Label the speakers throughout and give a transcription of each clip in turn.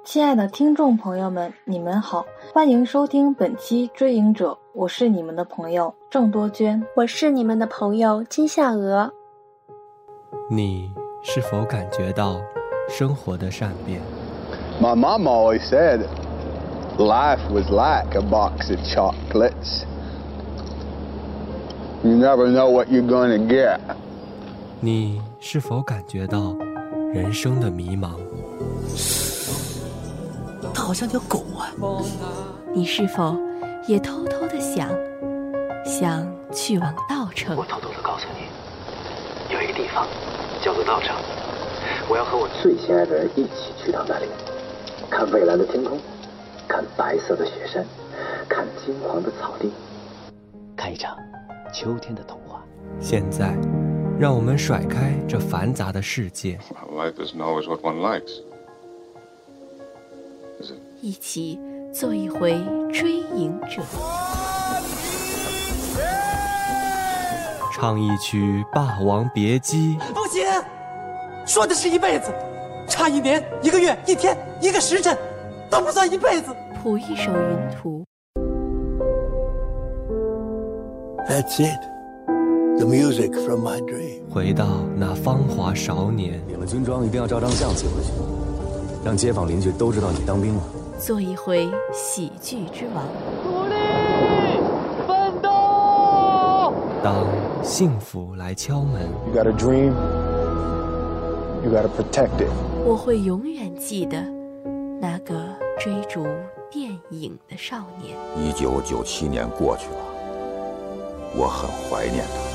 Speaker 1: 亲爱的听众朋友们，你们好，欢迎收听本期追影者，我是你们的朋友郑多娟，
Speaker 2: 我是你们的朋友金夏娥。
Speaker 3: 你是否感觉到生活的善变？
Speaker 4: My mom always said life was like a box of chocolates. You never know what you're going to get.
Speaker 3: 你是否感觉到人生的迷茫？
Speaker 5: 它好像条狗啊！
Speaker 6: 你是否也偷偷的想去往稻城？
Speaker 5: 我偷偷的告诉你，有一个地方叫做稻城，我要和我最心爱的人一起去到那里，看蔚蓝的天空，看白色的雪山，看金黄的草地，看一场秋天的童话。
Speaker 3: 现在让我们甩开这繁杂的世界，
Speaker 7: Life isn't always what one likes.
Speaker 6: 一起做一回追影者，
Speaker 3: 唱一曲《霸王别姬》。
Speaker 8: 不行，说的是一辈子，差1年、1个月、1天、1个时辰都不算一辈子。
Speaker 6: 谱一首云图。
Speaker 9: That's it. The music from my dream.
Speaker 3: 回到那芳华少年，
Speaker 10: 领了军装一定要照张相寄回去，让街坊邻居都知道你当兵了。
Speaker 6: 做一回喜剧之王，
Speaker 8: 努力奋斗。
Speaker 3: 当幸福来敲门
Speaker 4: You got a dream, you got to protect it.
Speaker 6: 我会永远记得那个追逐电影的少年。
Speaker 11: 1997年过去了，我很怀念他。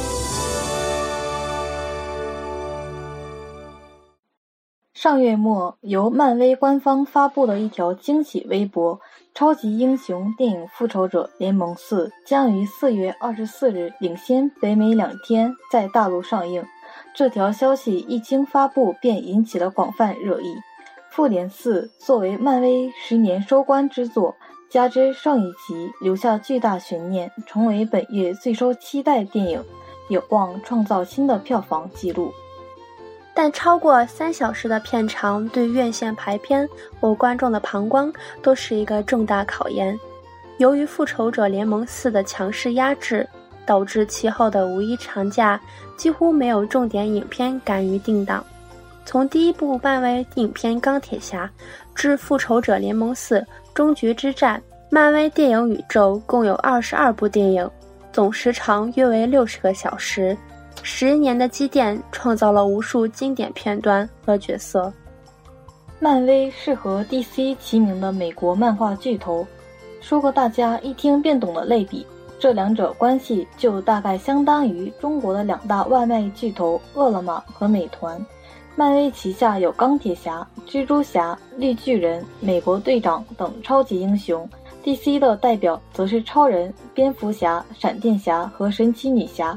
Speaker 1: 上月末，由漫威官方发布的一条惊喜微博，超级英雄电影《复仇者联盟4》将于4月24日领先北美2天在大陆上映。这条消息一经发布便引起了广泛热议。复联4作为漫威10年收官之作，加之上一集留下巨大悬念，成为本月最受期待电影，有望创造新的票房纪录。
Speaker 2: 但超过3小时的片长对院线排片或观众的膀胱都是一个重大考验。由于《复仇者联盟4》的强势压制，导致其后的五一长假几乎没有重点影片敢于定档。从第一部漫威影片《钢铁侠》至《复仇者联盟4：终局之战》，漫威电影宇宙共有22部电影，总时长约为60个小时。10年的积淀创造了无数经典片段和角色。
Speaker 1: 漫威是和 DC 齐名的美国漫画巨头，说个大家一听便懂的类比，这两者关系就大概相当于中国的2大外卖巨头饿了么和美团。漫威旗下有钢铁侠、蜘蛛侠、绿巨人、美国队长等超级英雄， DC 的代表则是超人、蝙蝠侠、闪电侠和神奇女侠。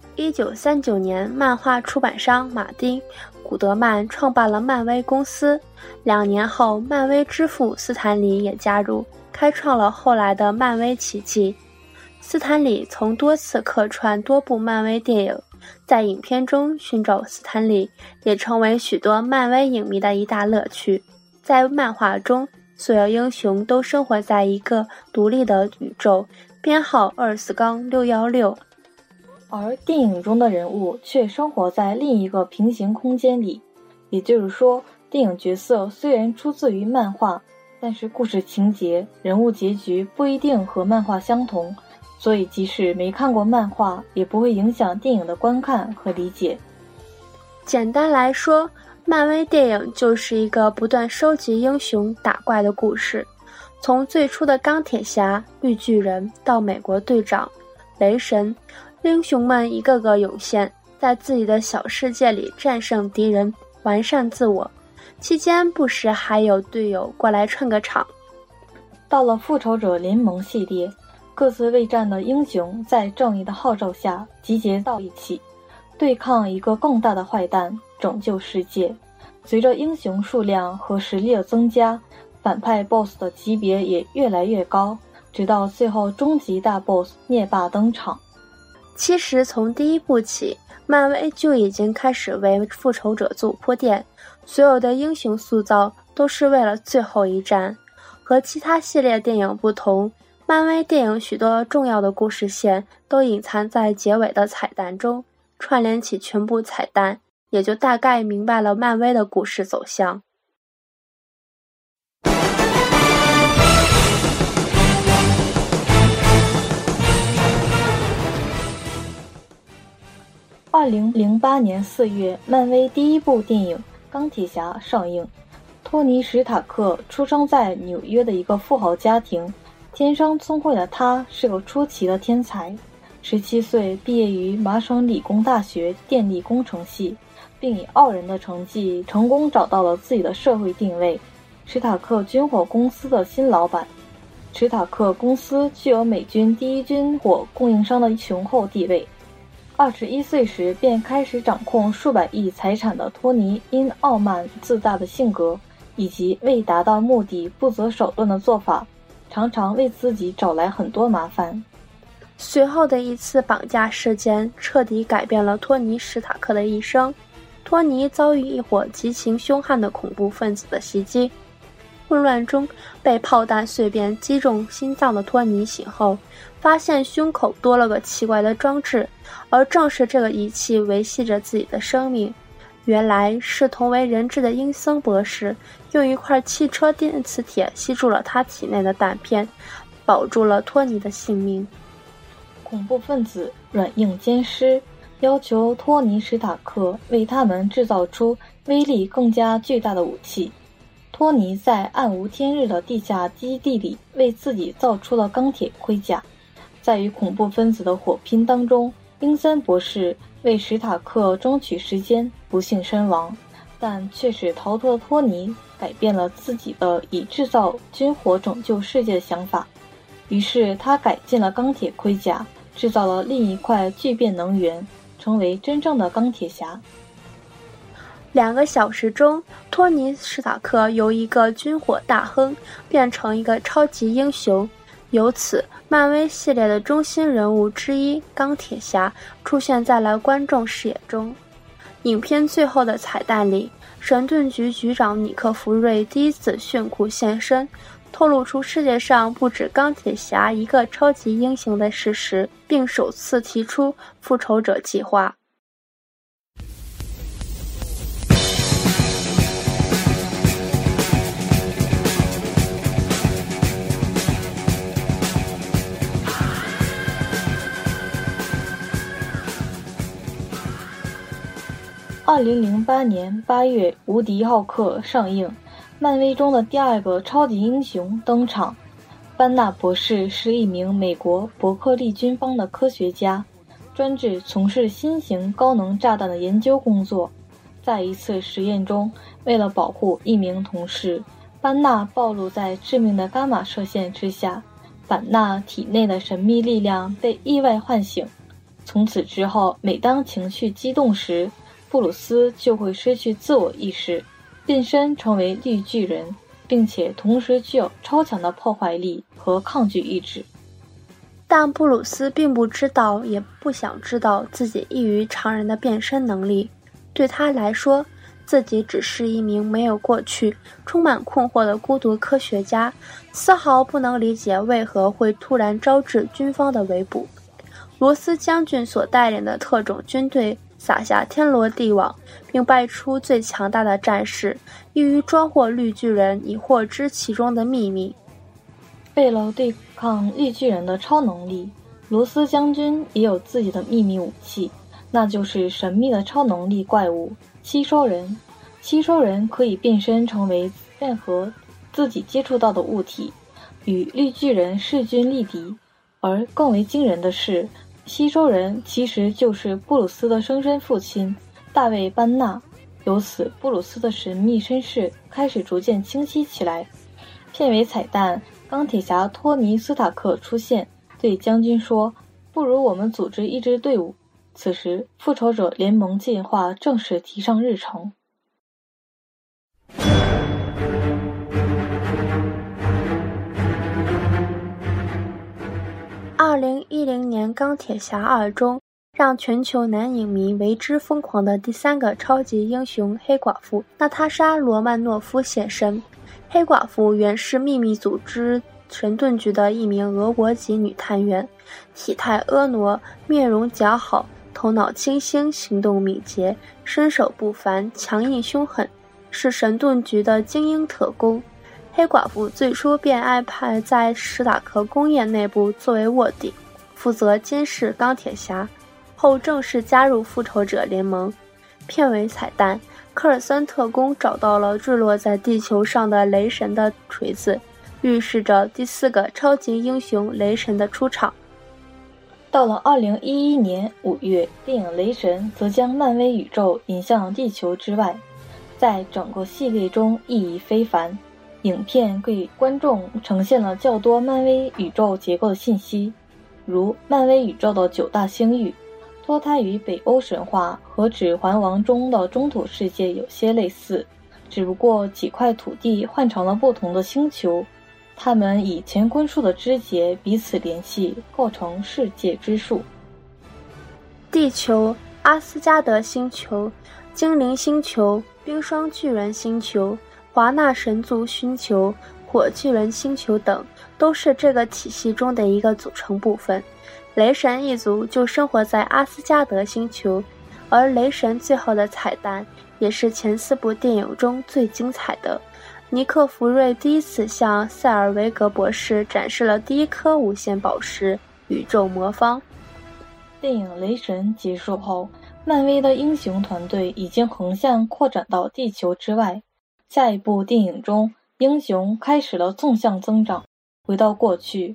Speaker 2: 1939年，漫画出版商马丁·古德曼创办了漫威公司。2年后，漫威之父斯坦李也加入，开创了后来的漫威奇迹。斯坦李曾多次客串多部漫威电影，在影片中寻找斯坦李也成为许多漫威影迷的一大乐趣。在漫画中，所有英雄都生活在一个独立的宇宙，编号24-616。
Speaker 1: 而电影中的人物却生活在另一个平行空间里，也就是说，电影角色虽然出自于漫画，但是故事情节、人物结局不一定和漫画相同，所以即使没看过漫画，也不会影响电影的观看和理解。
Speaker 2: 简单来说，漫威电影就是一个不断收集英雄打怪的故事，从最初的钢铁侠、绿巨人到美国队长、雷神，英雄们一个个涌现，在自己的小世界里战胜敌人，完善自我，期间不时还有队友过来串个场。
Speaker 1: 到了复仇者联盟系列，各自为战的英雄在正义的号召下集结到一起，对抗一个更大的坏蛋，拯救世界。随着英雄数量和实力的增加，反派 BOSS 的级别也越来越高，直到最后终极大 BOSS 灭霸登场。
Speaker 2: 其实从第一部起，漫威就已经开始为复仇者做铺垫， 所有的英雄塑造都是为了最后一战。和其他系列电影不同，漫威电影许多重要的故事线都隐藏在结尾的彩蛋中，串联起全部彩蛋，也就大概明白了漫威的故事走向。
Speaker 1: 2008年4月，漫威第一部电影《钢铁侠》上映。托尼·史塔克出生在纽约的一个富豪家庭，天生聪慧的他是个出奇的天才。17岁毕业于麻省理工大学电力工程系，并以傲人的成绩成功找到了自己的社会定位——史塔克军火公司的新老板。史塔克公司具有美军第一军火供应商的雄厚地位。21岁时便开始掌控数百亿财产的托尼，因傲慢自大的性格以及为达到目的不择手段的做法，常常为自己找来很多麻烦。
Speaker 2: 随后的一次绑架事件彻底改变了托尼·史塔克的一生。托尼遭遇一伙极其凶悍的恐怖分子的袭击，混乱中被炮弹碎片击中心脏的托尼醒后，发现胸口多了个奇怪的装置，而正是这个仪器维系着自己的生命。原来是同为人质的英森博士用一块汽车电磁铁吸住了他体内的弹片，保住了托尼的性命。
Speaker 1: 恐怖分子软硬兼施，要求托尼·史塔克为他们制造出威力更加巨大的武器。托尼在暗无天日的地下基地里为自己造出了钢铁盔甲。在与恐怖分子的火拼当中，英森博士为史塔克争取时间，不幸身亡，但却使逃脱的托尼改变了自己的以制造军火拯救世界的想法。于是他改进了钢铁盔甲，制造了另一块聚变能源，成为真正的钢铁侠。
Speaker 2: 2个小时中，托尼·史塔克由一个军火大亨变成一个超级英雄。由此，漫威系列的中心人物之一钢铁侠出现在了观众视野中。影片最后的彩蛋里，神盾局局长尼克·福瑞第一次炫酷现身，透露出世界上不止钢铁侠一个超级英雄的事实，并首次提出复仇者计划。
Speaker 1: 2008年8月，《无敌浩克》上映，漫威中的第2个超级英雄登场。班纳博士是一名美国伯克利军方的科学家，专职从事新型高能炸弹的研究工作。在一次实验中，为了保护一名同事，班纳暴露在致命的伽马射线之下，班纳体内的神秘力量被意外唤醒。从此之后，每当情绪激动时，布鲁斯就会失去自我意识，变身成为绿巨人，并且同时具有超强的破坏力和抗拒意志。
Speaker 2: 但布鲁斯并不知道，也不想知道自己异于常人的变身能力。对他来说，自己只是一名没有过去、充满困惑的孤独科学家，丝毫不能理解为何会突然招致军方的围捕。罗斯将军所带领的特种军队撒下天罗地网，并派出最强大的战士，意于抓获绿巨人，以获知其中的秘密。
Speaker 1: 为了对抗绿巨人的超能力，罗斯将军也有自己的秘密武器，那就是神秘的超能力怪物吸收人。吸收人可以变身成为任何自己接触到的物体，与绿巨人势均力敌。而更为惊人的是，吸收人其实就是布鲁斯的生身父亲大卫·班纳。由此，布鲁斯的神秘身世开始逐渐清晰起来。片尾彩蛋，钢铁侠托尼·斯塔克出现，对将军说：“不如我们组织一支队伍。”此时，复仇者联盟计划正式提上日程。
Speaker 2: 2010年《钢铁侠2》中， 让全球男影迷为之疯狂的第3个超级英雄黑寡妇娜塔莎·罗曼诺夫现身。黑寡妇原是秘密组织神盾局的一名俄国籍女探员，体态婀娜，面容姣好，头脑清醒，行动敏捷，身手不凡，强硬凶狠，是神盾局的精英特工。黑寡妇最初便安排在史塔克工业内部作为卧底，负责监视钢铁侠，后正式加入复仇者联盟。片尾彩蛋，科尔森特工找到了坠落在地球上的雷神的锤子，预示着第4个超级英雄雷神的出场。
Speaker 1: 到了2011年5月，电影《雷神》则将漫威宇宙引向地球之外，在整个系列中意义非凡。影片给观众呈现了较多漫威宇宙结构的信息，如漫威宇宙的9大星域脱胎于北欧神话，和《指环王》中的中土世界有些类似，只不过几块土地换成了不同的星球，它们以乾坤树的枝节彼此联系，构成世界之树。
Speaker 2: 地球、阿斯加德星球、精灵星球、冰霜巨人星球、华纳神族星球、火巨人星球等，都是这个体系中的一个组成部分。雷神一族就生活在阿斯加德星球，而雷神最后的彩蛋也是前4部电影中最精彩的。尼克·弗瑞第一次向塞尔维格博士展示了第1颗无限宝石——宇宙魔方。
Speaker 1: 电影《雷神》结束后，漫威的英雄团队已经横向扩展到地球之外。下一部电影中，英雄开始了纵向增长。回到过去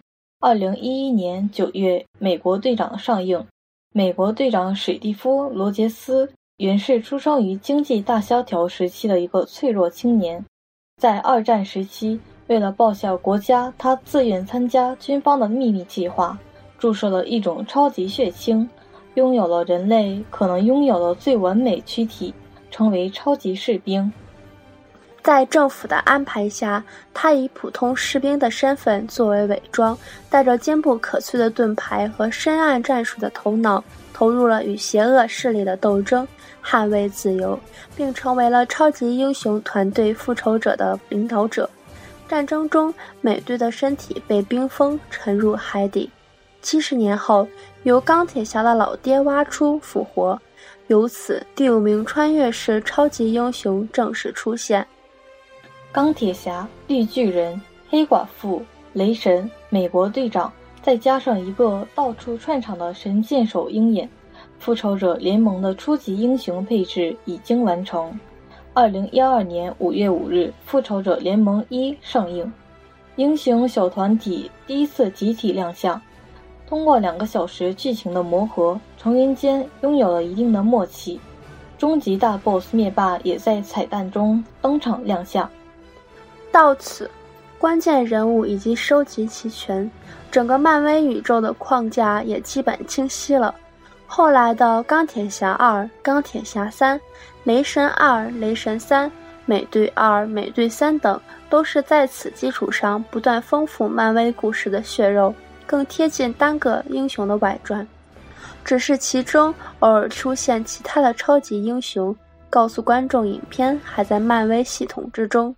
Speaker 1: ，2011年9月，美国队长上映。美国队长史蒂夫·罗杰斯原是出生于经济大萧条时期的一个脆弱青年，在2战时期，为了报效国家，他自愿参加军方的秘密计划，注射了一种超级血清，拥有了人类可能拥有的最完美躯体，成为超级士兵。
Speaker 2: 在政府的安排下，他以普通士兵的身份作为伪装，带着坚不可摧的盾牌和深谙战术的头脑，投入了与邪恶势力的斗争，捍卫自由，并成为了超级英雄团队复仇者的领导者。战争中，美队的身体被冰封，沉入海底。70年后，由钢铁侠的老爹挖出复活，由此第5名穿越式超级英雄正式出现。
Speaker 1: 钢铁侠、绿巨人、黑寡妇、雷神、美国队长，再加上一个到处串场的神箭手鹰眼，复仇者联盟的初级英雄配置已经完成。2012年5月5日，复仇者联盟1上映，英雄小团体第一次集体亮相。通过2个小时剧情的磨合，成员间拥有了一定的默契。终极大 BOSS 灭霸也在彩蛋中登场亮相。
Speaker 2: 到此，关键人物已经收集齐全，整个漫威宇宙的框架也基本清晰了。后来的钢铁侠2、钢铁侠3、雷神2、雷神3、美队2、美队3等，都是在此基础上不断丰富漫威故事的血肉，更贴近单个英雄的外传。只是其中偶尔出现其他的超级英雄，告诉观众影片还在漫威系统之中。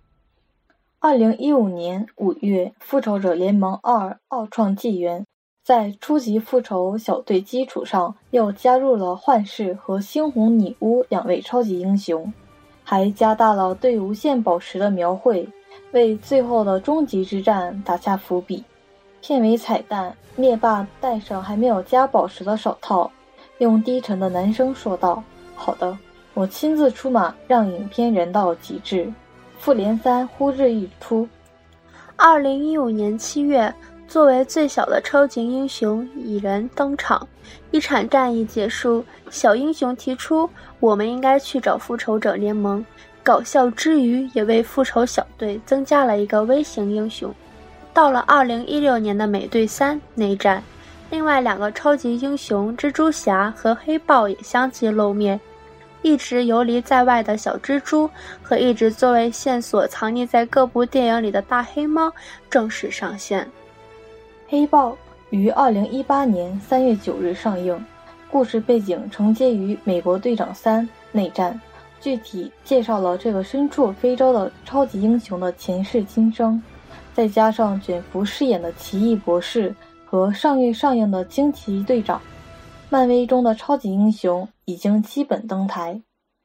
Speaker 1: 2015年5月，复仇者联盟2奥创纪元在初级复仇小队基础上又加入了幻视和猩红女巫2位超级英雄，还加大了对无限宝石的描绘，为最后的终极之战打下伏笔。片尾彩蛋，灭霸戴上还没有加宝石的手套，用低沉的男声说道：“好的，我亲自出马，让影片人到极致。”复联3呼之欲出。
Speaker 2: 2015年7月，作为最小的超级英雄蚁人登场。一场战役结束，小英雄提出我们应该去找复仇者联盟，搞笑之余也为复仇小队增加了一个微型英雄。到了2016年的美队3内战，另外2个超级英雄蜘蛛侠和黑豹也相继露面。一直游离在外的小蜘蛛和一直作为线索藏匿在各部电影里的大黑猫正式上线。
Speaker 1: 黑豹于2018年3月9日上映， 故事背景承接于美国队长3内战，具体介绍了这个身处非洲的超级英雄的前世今生，再加上卷福饰演的奇异博士和上月上映的惊奇队长，漫威中的超级英雄已经基本登台。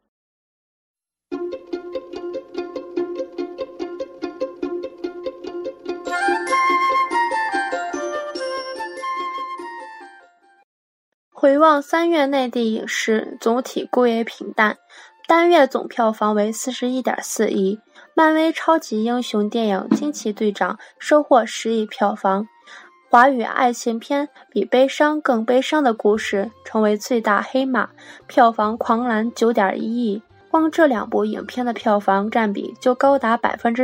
Speaker 2: 回望3月内地影视，总体归为平淡，单月总票房为41.4亿。漫威超级英雄电影《惊奇队长》收获10亿票房。华语爱情片比悲伤更悲伤的故事成为最大黑马，票房狂澜9.1亿。光这2部影片的票房占比就高达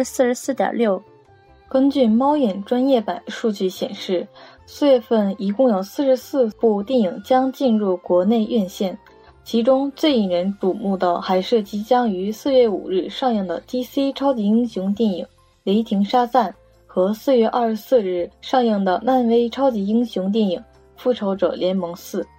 Speaker 2: 44.6%。
Speaker 1: 根据猫眼专业版数据显示，4月份一共有44部电影将进入国内院线，其中最引人瞩目的还是即将于4月5日上映的 DC 超级英雄电影《雷霆沙赞》和4月24日上映的漫威超级英雄电影《复仇者联盟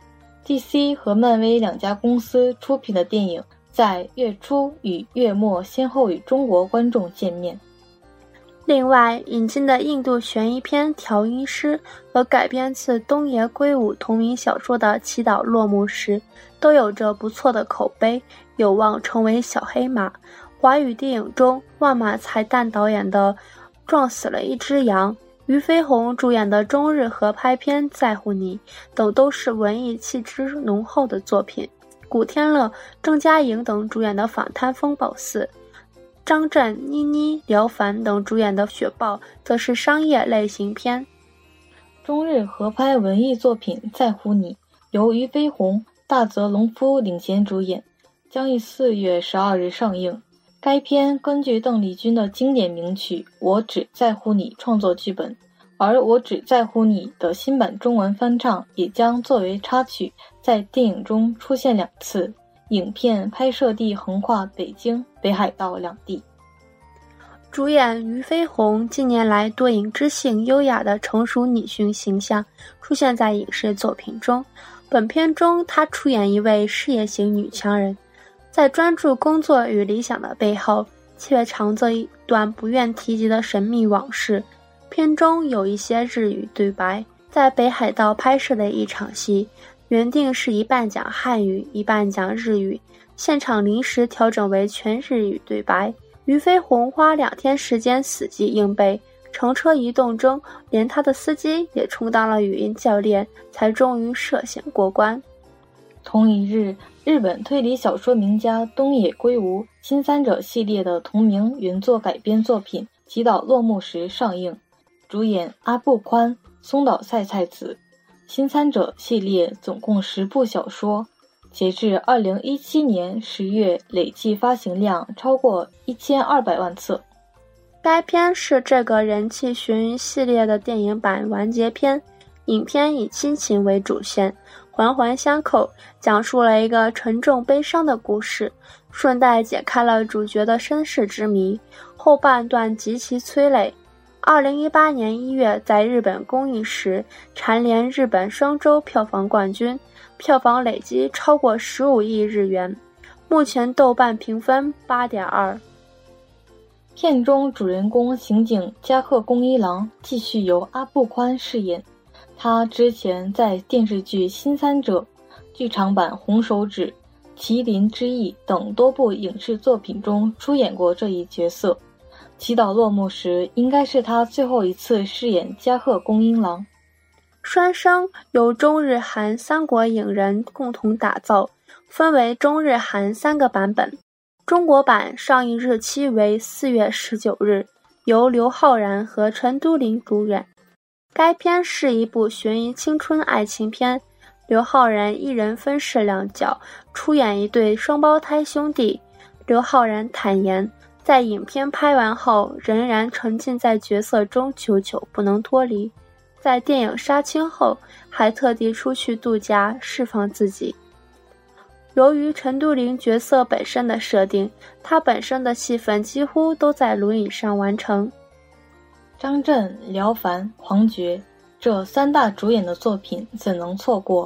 Speaker 1: 4》。DC 和漫威2家公司出品的电影在月初与月末先后与中国观众见面。
Speaker 2: 另外，引进的印度悬疑片《调音师》和改编自东野圭吾同名小说的《祈祷落幕时》都有着不错的口碑，有望成为小黑马。华语电影中，万马才旦导演的《撞死了一只羊》，俞飞鸿主演的中日合拍片《在乎你》等都是文艺气质浓厚的作品。古天乐、郑嘉颖等主演的《反贪风暴4》，张震、倪妮、廖凡等主演的《雪豹》则是商业类型片。
Speaker 1: 中日合拍文艺作品《在乎你》由俞飞鸿、大泽隆夫领衔主演，将于4月12日上映。该片根据邓丽君的经典名曲《我只在乎你》创作剧本，而《我只在乎你》的新版中文翻唱也将作为插曲在电影中出现2次。影片拍摄地横跨北京、北海道2地。
Speaker 2: 主演俞飞鸿近年来多以知性优雅的成熟女性形象出现在影视作品中。本片中，她出演一位事业型女强人，在专注工作与理想的背后，却藏着一段不愿提及的神秘往事。片中有一些日语对白，在北海道拍摄的一场戏，原定是一半讲汉语一半讲日语，现场临时调整为全日语对白。俞飞鸿花2天时间死记硬背，乘车移动中连他的司机也充当了语音教练，才终于涉险过关。
Speaker 1: 同一日，日本推理小说名家东野圭吾新三者系列的同名原作改编作品《祈祷落幕时》上映，主演阿部宽、松岛菜菜子。新三者系列总共10部小说，截至2017年10月累计发行量超过1200万册。
Speaker 2: 该片是这个人气悬疑系列的电影版完结篇，影片以亲情为主线，环环相扣，讲述了一个沉重悲伤的故事，顺带解开了主角的身世之谜，后半段极其催泪。2018年1月在日本公映时，蝉联日本双周票房冠军，票房累积超过15亿日元，目前豆瓣评分8.2。
Speaker 1: 片中主人公刑警加贺恭一郎继续由阿部宽饰演，他之前在电视剧《新三者》、剧场版《红手指》、《麒麟之翼》等多部影视作品中出演过这一角色。祈祷落幕时应该是他最后一次饰演加贺恭一郎。
Speaker 2: 双生由中日韩3国影人共同打造，分为中日韩3个版本。中国版上映日期为4月19日，由刘昊然和陈都灵主演。该片是一部悬疑青春爱情片，刘昊然一人分饰2角，出演一对双胞胎兄弟。刘昊然坦言，在影片拍完后仍然沉浸在角色中，久久不能脱离。在电影杀青后，还特地出去度假释放自己。由于陈都灵角色本身的设定，他本身的戏份几乎都在轮椅上完成。
Speaker 1: 张震、廖凡、黄觉这3大主演的作品怎能错过？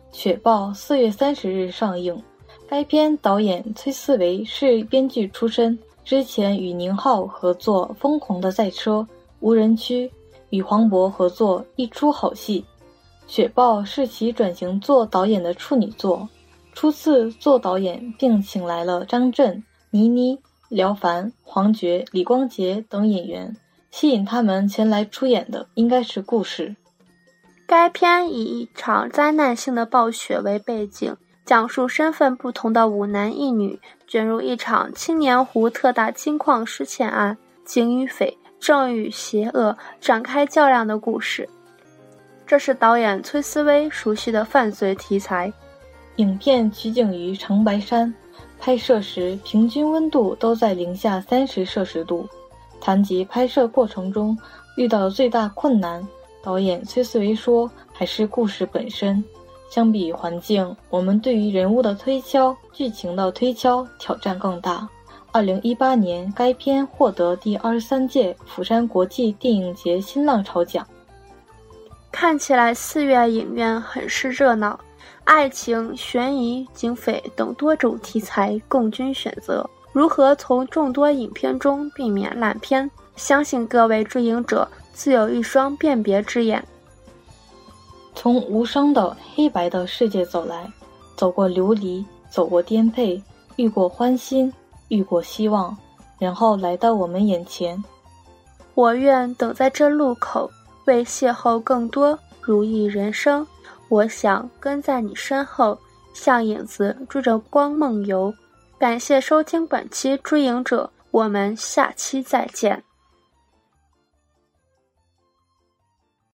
Speaker 1: 雪豹4月30日上映。该片导演崔思维是编剧出身，之前与宁浩合作《疯狂的赛车》《无人区》，与黄渤合作《一出好戏》。雪豹是其转型做导演的处女作，初次做导演，并请来了张震、倪妮、廖凡、黄觉、李光洁等演员，吸引他们前来出演的应该是故事。
Speaker 2: 该片以一场灾难性的暴雪为背景，讲述身份不同的5男1女卷入一场青年湖特大金矿失窃案，警与匪、正与邪恶展开较量的故事。这是导演崔思维熟悉的犯罪题材。
Speaker 1: 影片取景于长白山，拍摄时平均温度都在零下30摄氏度。谈及拍摄过程中遇到的最大困难，导演崔思维说还是故事本身。相比于环境，我们对于人物的推敲、剧情的推敲挑战更大。2018年，该片获得第23届釜山国际电影节新浪潮奖。
Speaker 2: 看起来4月影院很是热闹，爱情、悬疑、警匪等多种题材共均选择。如何从众多影片中避免烂片？相信各位追影者自有一双辨别之眼。
Speaker 1: 从无声的黑白的世界走来，走过流离，走过颠沛，遇过欢欣，遇过希望，然后来到我们眼前。
Speaker 2: 我愿等在这路口，为邂逅更多如意人生。我想跟在你身后，像影子追着光梦游。感谢收听本期追影者，我们下期再见。